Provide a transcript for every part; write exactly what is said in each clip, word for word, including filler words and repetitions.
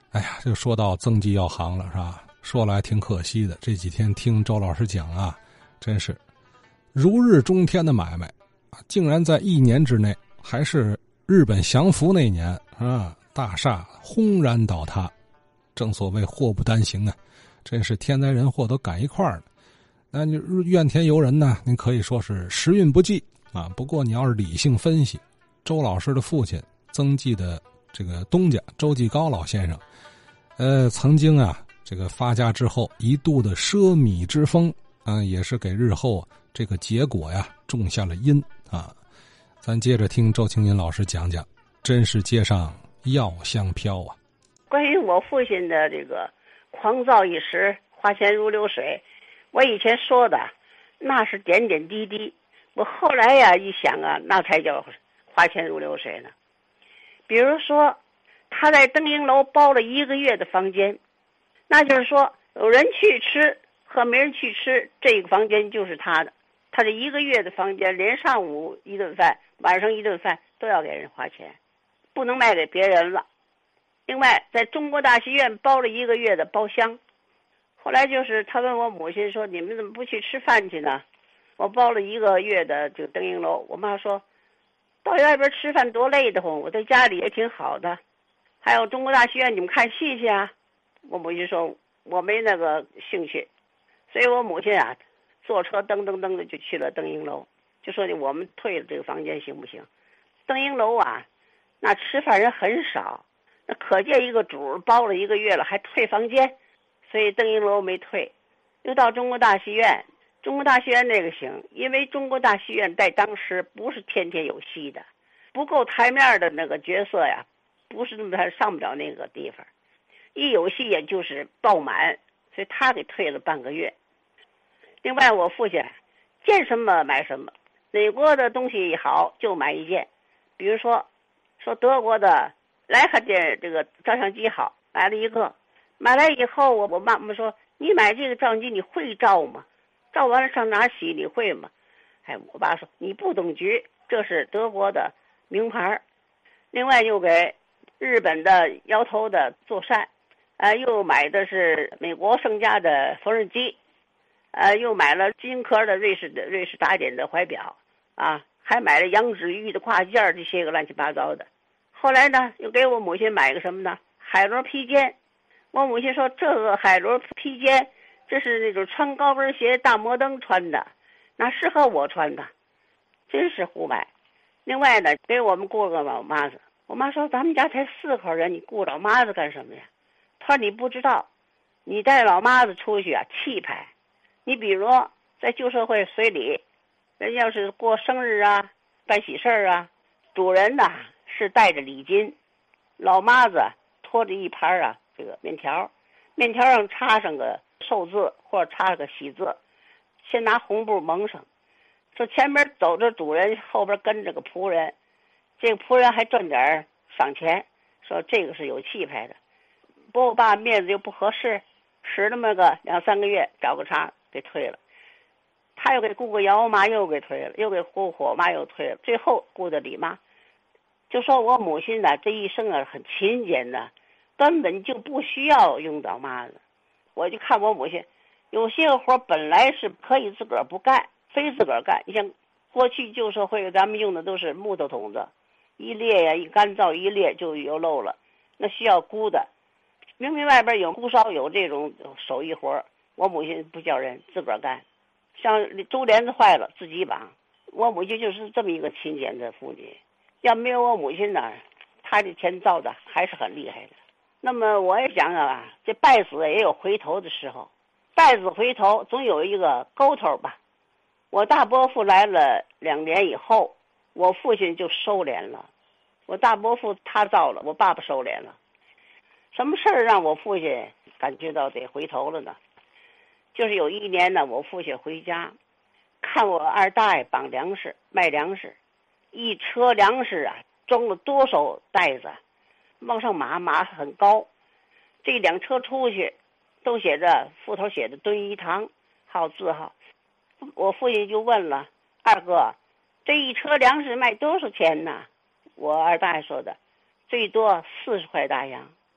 哎呀，就说到增记要行了，是吧？说来挺可惜的，这几天听周老师讲啊，真是如日中天的买卖啊，竟然在一年之内，还是日本降服那年啊，大厦轰然倒塌。正所谓祸不单行啊，真是天灾人祸都赶一块儿了。那你怨天尤人呢，您可以说是时运不济啊。不过你要是理性分析，周老师的父亲曾记的这个东家周继高老先生，呃，曾经啊，这个发家之后一度的奢靡之风啊，也是给日后这个结果呀种下了因啊。咱接着听周清音老师讲讲，真是街上药香飘啊。 关于我父亲的这个狂躁一时，花钱如流水，我以前说的那是点点滴滴，我后来呀一想啊，那才叫花钱如流水呢。比如说他在登英楼包了一个月的房间，那就是说有人去吃和没人去吃，这个房间就是他的。他这一个月的房间，连上午一顿饭，晚上一顿饭都要给人花钱，不能卖给别人了。另外在中国大戏院包了一个月的包厢，后来就是他问我母亲说，你们怎么不去吃饭去呢？我包了一个月的这个登英楼，我妈说到外边吃饭多累得慌，我在家里也挺好的。还有中国大戏院你们看戏去啊？我母亲说我没那个兴趣，所以我母亲啊坐车噔噔噔的就去了登英楼，就说我们退了这个房间行不行？登英楼啊那吃饭人很少，那可见一个主包了一个月了还退房间，所以登英楼没退。又到中国大戏院，中国大戏院那个行，因为中国大戏院在当时不是天天有戏的，不够台面的那个角色呀，不是那么他上不了那个地方，一有戏也就是爆满，所以他给退了半个月。另外我父亲见什么买什么，哪国的东西好就买一件，比如说说德国的莱卡电这个照相机好，买了一个，买来以后我我妈妈说你买这个照相机你会照吗？照完了上哪洗你会吗？哎，我爸说你不懂局，这是德国的名牌。另外又给日本的摇头的做扇，呃，又买的是美国盛家的缝纫机，呃，又买了金壳的瑞士的瑞士打点的怀表啊，还买了羊脂玉的挂件，这些个乱七八糟的。后来呢又给我母亲买个什么呢？海螺披肩。我母亲说这个海螺披肩这是那种穿高跟鞋大摩登穿的，哪适合我穿的，真是胡买。另外呢给我们雇了个老妈子，我妈说咱们家才四口人，你雇老妈子干什么呀？她说你不知道，你带老妈子出去啊气派。你比如在旧社会随礼，人要是过生日啊办喜事啊，主人呐是带着礼金，老妈子拖着一盘啊这个面条，面条上插上个寿字或者插个喜字，先拿红布蒙上，说前面走着主人，后边跟着个仆人，这个仆人还赚点赏钱，说这个是有气派的。不过我爸面子又不合适，使那么个两三个月找个茬给退了，他又给雇个姚妈又给退了，又给雇火妈又退了，最后雇的李妈。就说我母亲呢这一生啊很勤俭的，根本就不需要用到妈子。我就看我母亲有些活本来是可以自个儿不干，非自个儿干。你像过去旧社会咱们用的都是木头桶子，一裂呀一干燥一裂就有漏了，那需要箍的。明明外边有箍烧有这种手艺活，我母亲不叫人自个儿干。像珠帘子坏了自己绑，我母亲就是这么一个勤俭的妇女。要没有我母亲呢，她的钱造的还是很厉害的。那么我也想想啊，这败子也有回头的时候，败子回头总有一个沟头吧。我大伯父来了两年以后，我父亲就收敛了。我大伯父他造了，我爸爸收敛了。什么事儿让我父亲感觉到得回头了呢？就是有一年呢，我父亲回家，看我二大爷绑粮食卖粮食，一车粮食啊，装了多少袋子，往上码，码很高。这两车出去，都写着副头写的敦一堂，还有字号。我父亲就问了二哥，这一车粮食卖多少钱呢？我二大爷说的，最多四十块大洋。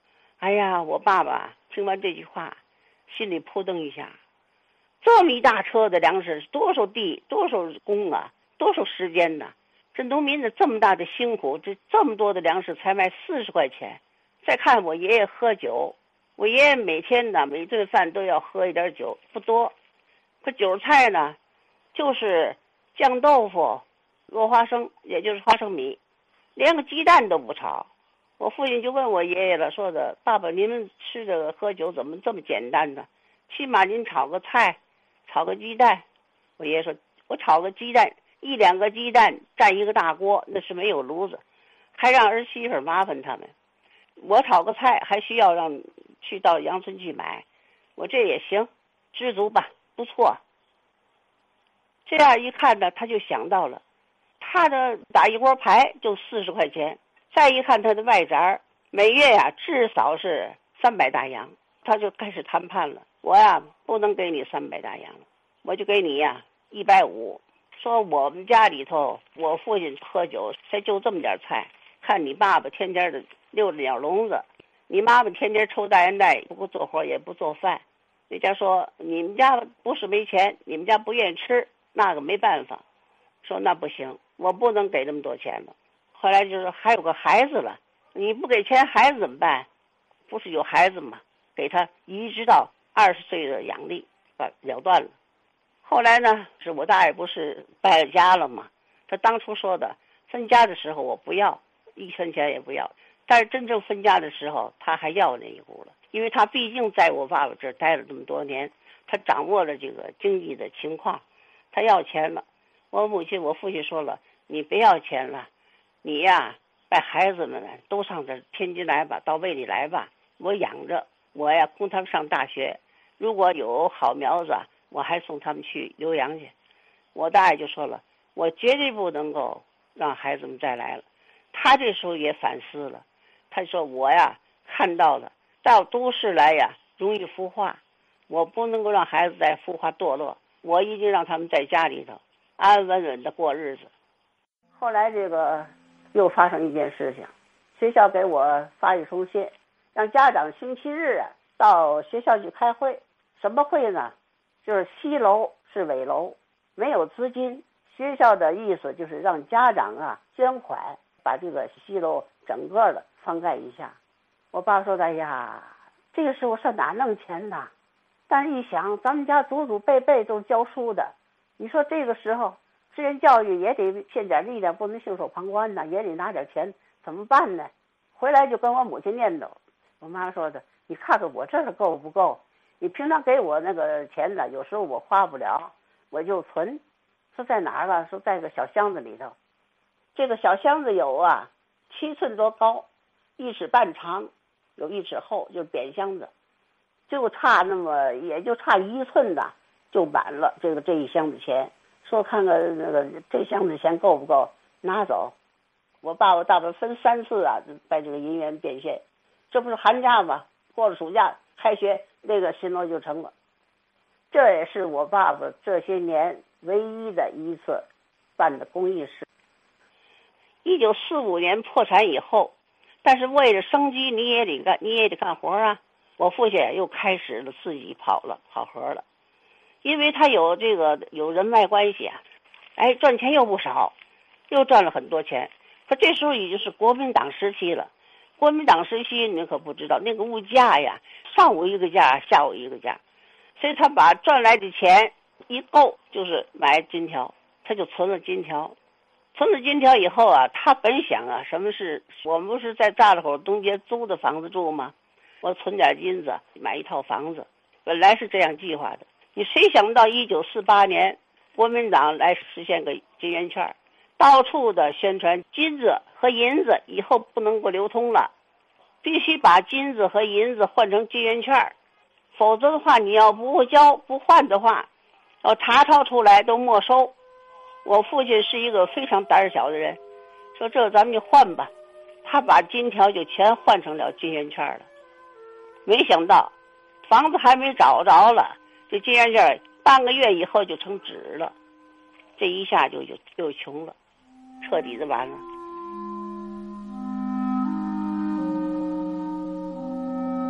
哎呀，我爸爸听完这句话，心里扑腾一下，这么一大车的粮食，多少地，多少工啊，多少时间呢？这农民的这么大的辛苦，这这么多的粮食才卖四十块钱。再看我爷爷喝酒，我爷爷每天呢每顿饭都要喝一点酒，不多。可韭菜呢，就是酱豆腐、落花生，也就是花生米，连个鸡蛋都不炒。我父亲就问我爷爷了，说的爸爸，您们吃这个喝酒怎么这么简单呢？起码您炒个菜，炒个鸡蛋。我爷爷说，我炒个鸡蛋，一两个鸡蛋占一个大锅，那是没有炉子，还让儿媳妇麻烦他们。我炒个菜还需要让去到杨村去买，我这也行，知足吧，不错。这样一看呢，他就想到了，他的打一锅牌就四十块钱。再一看他的外宅，每月呀、啊、至少是三百大洋，他就开始谈判了。我呀不能给你三百大洋了，我就给你呀一百五。说我们家里头，我父亲喝酒才就这么点菜，看你爸爸天天的溜着鸟笼子，你妈妈天天抽大烟袋，不做活也不做饭。人家说你们家不是没钱，你们家不愿意吃，那个没办法。说那不行，我不能给那么多钱了。后来就是还有个孩子了，你不给钱孩子怎么办？不是有孩子吗？给他移植到二十岁的养力，把了断了。后来呢，是我大爷不是败了家了吗？他当初说的分家的时候我不要一分钱也不要，但是真正分家的时候他还要那一户了，因为他毕竟在我爸爸这儿待了这么多年，他掌握了这个经济的情况，他要钱了。我母亲我父亲说了，你别要钱了，你呀把孩子们都上这天津来吧，到卫里来吧，我养着，我呀供他们上大学，如果有好苗子我还送他们去留洋去。我大爷就说了，我绝对不能够让孩子们再来了。他这时候也反思了，他说我呀看到了到都市来呀容易孵化，我不能够让孩子再孵化堕落，我一定让他们在家里头安安稳稳的过日子。后来这个又发生一件事情，学校给我发一封信，让家长星期日啊到学校去开会。什么会呢？就是西楼是尾楼，没有资金，学校的意思就是让家长啊捐款，把这个西楼整个的翻盖一下。我爸说的，哎呀，这个时候上哪弄钱呢？但是一想，咱们家祖祖辈辈都是教书的，你说这个时候支援教育也得献点力量，不能袖手旁观呢，也得拿点钱，怎么办呢？回来就跟我母亲念叨，我妈说的，你看看我这是够不够？你平常给我那个钱呢，有时候我花不了，我就存。说在哪儿了？说在个小箱子里头。这个小箱子有啊，七寸多高，一尺半长，有一尺厚，就是扁箱子，就差那么也就差一寸的就满了这个这一箱子钱。说看看那个这箱子钱够不够，拿走。我爸我大伯分三次啊，把这个银元变现。这不是寒假吗？过了暑假开学，那个新楼就成了。这也是我爸爸这些年唯一的一次办的公益事。一九四五年破产以后，但是为了生计，你也得干，你也得干活啊。我父亲又开始了自己跑了，跑活了，因为他有这个有人脉关系啊，哎，赚钱又不少，又赚了很多钱。可这时候已经是国民党时期了。国民党时期你可不知道，那个物价呀，上午一个价，下午一个价，所以他把赚来的钱一够就是买金条，他就存了金条。存了金条以后啊，他本想啊，什么是我们不是在栅栏口东街租的房子住吗？我存点金子买一套房子，本来是这样计划的。你谁想到一九四八年国民党来实现个金圆券，到处的宣传金子和银子以后不能够流通了，必须把金子和银子换成金圆券，否则的话你要不交不换的话，要查抄出来都没收。我父亲是一个非常胆小的人，说这咱们就换吧，他把金条就全换成了金圆券了。没想到房子还没找着了，这金圆券半个月以后就成纸了，这一下就就就穷了，彻底的完了。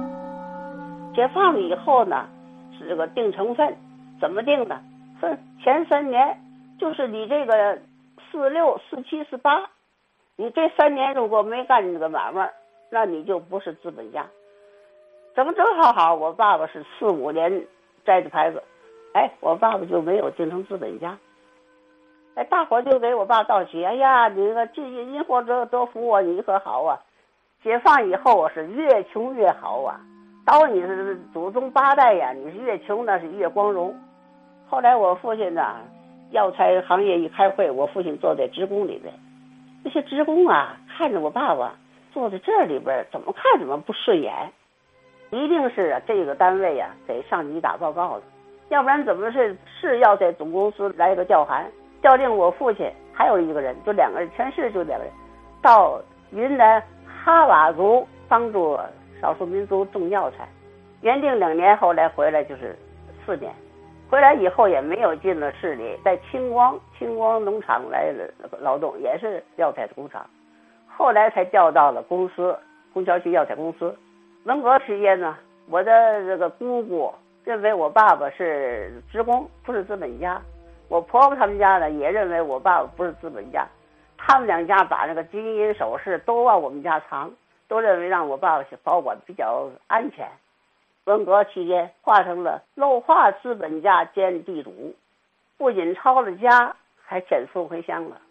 解放了以后呢，是这个定成分，怎么定的？分前三年，就是你这个四六、四七、四八，你这三年如果没干这个买卖，那你就不是资本家。正正好好，我爸爸是四五年摘的牌子，哎，我爸爸就没有定成资本家。哎，大伙就给我爸道喜，哎呀，你这个这因祸得得福啊，你可好啊！解放以后啊，是越穷越好啊。到你是祖宗八代呀，你是越穷那是越光荣。后来我父亲呢，药材行业一开会，我父亲坐在职工里边，那些职工啊，看着我爸爸坐在这里边，怎么看怎么不顺眼，一定是啊这个单位啊给上级打报告的，要不然怎么是是要在总公司来个调函，调令我父亲还有一个人，就两个人，全市就两个人，到云南哈瓦族帮助少数民族种药材，原定两年，后来回来就是四年。回来以后也没有进了市里，在青光青光农场来劳动，也是药材工厂。后来才调到了公司，虹桥区药材公司。文革期间呢，我的这个姑姑认为我爸爸是职工，不是资本家。我婆婆他们家呢也认为我爸爸不是资本家，他们两家把那个金银首饰都往我们家藏，都认为让我爸爸保管比较安全。文革期间化成了漏化资本家兼地主，不仅抄了家，还遣送回乡了。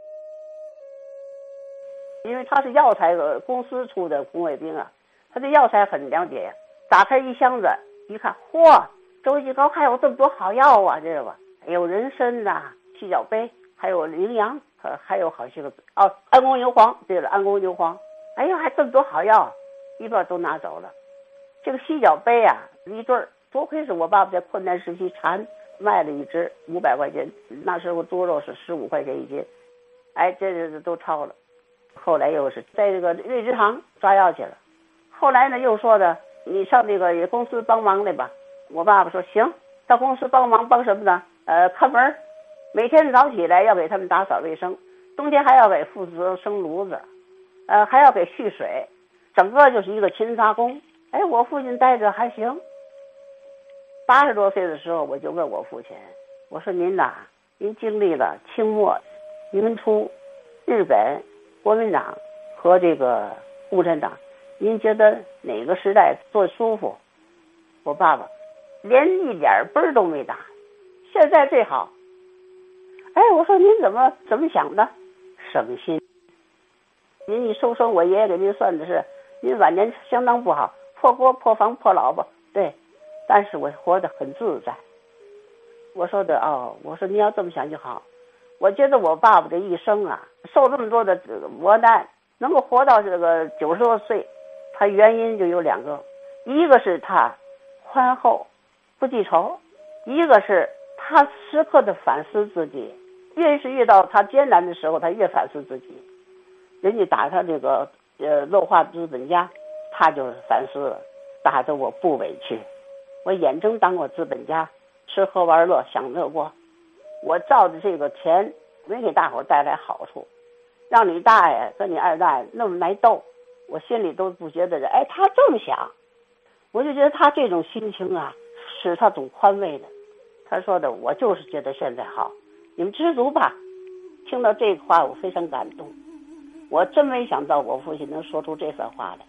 因为他是药材公司出的红卫兵啊，他对药材很了解呀。打开一箱子一看，嚯，周济高还有这么多好药啊！这个有人参呐、细脚杯，还有羚羊，呃，还有好些个哦，安宫牛黄。对了，安宫牛黄，哎呦，还这么多好药，一半都拿走了。这个犀角杯啊，一对儿，多亏是我爸爸在困难时期馋，卖了一只五百块钱，那时候猪肉是十五块钱一斤，哎，这这都超了。后来又是在这个瑞芝行抓药去了，后来呢又说的你上那个公司帮忙来吧。我爸爸说行，到公司帮忙帮什么呢？呃，看门，每天早起来要给他们打扫卫生，冬天还要给负责生炉子，呃，还要给蓄水，整个就是一个勤杂工。哎，我父亲待着还行。八十多岁的时候，我就问我父亲，我说您呐，您经历了清末、民初、日本、国民党和这个共产党，您觉得哪个时代做舒服？我爸爸连一点奔儿都没打，现在最好。哎，我说您怎么怎么想的？省心。您一收生，我爷爷给您算的是，您晚年相当不好。破锅破房破老婆，对，但是我活得很自在。我说的哦，我说你要这么想就好。我觉得我爸爸这一生啊，受这么多的这个磨难，能够活到这个九十多岁，他原因就有两个，一个是他宽厚不记仇，一个是他时刻的反思自己，越是遇到他艰难的时候，他越反思自己。人家打他这个呃漏化资本家，他就反思了，打得我不委屈。我眼睁当过资本家，吃喝玩乐享乐过，我照着这个钱没给大伙带来好处，让你大爷跟你二大爷那么来斗，我心里都不觉得哎，他这么想，我就觉得他这种心情啊，使他总宽慰的。他说的，我就是觉得现在好，你们知足吧。听到这话，我非常感动。我真没想到我父亲能说出这番话来。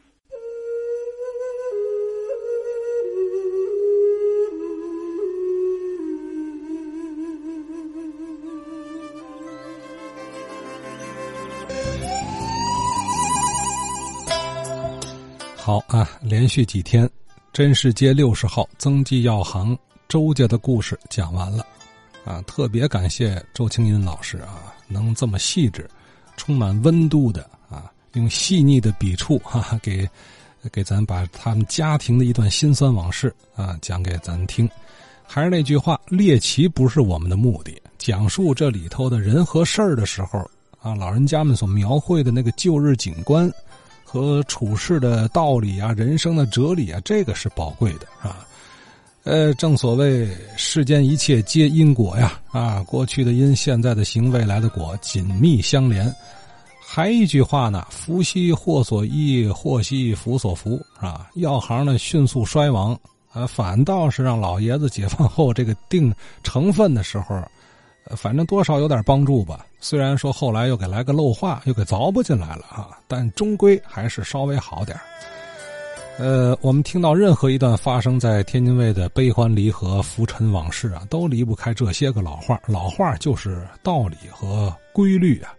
好啊，连续几天，真市街六十号增记药行周家的故事讲完了啊！特别感谢周清音老师啊，能这么细致、充满温度的啊，用细腻的笔触哈、啊，给给咱把他们家庭的一段辛酸往事啊讲给咱听。还是那句话，猎奇不是我们的目的，讲述这里头的人和事儿的时候啊，老人家们所描绘的那个旧日景观和处事的道理啊，人生的哲理啊，这个是宝贵的啊。呃，正所谓世间一切皆因果呀，啊，过去的因，现在的行，未来的果，紧密相连。 还一句话呢，福兮祸所依，祸兮福所伏，是吧？药行呢迅速衰亡，呃，反倒是让老爷子解放后这个定成分的时候，呃，反正多少有点帮助吧。虽然说后来又给来个漏话，又给凿不进来了啊，但终归还是稍微好点。呃，我们听到任何一段发生在天津卫的悲欢离合、浮沉往事啊，都离不开这些个老话。老话就是道理和规律啊。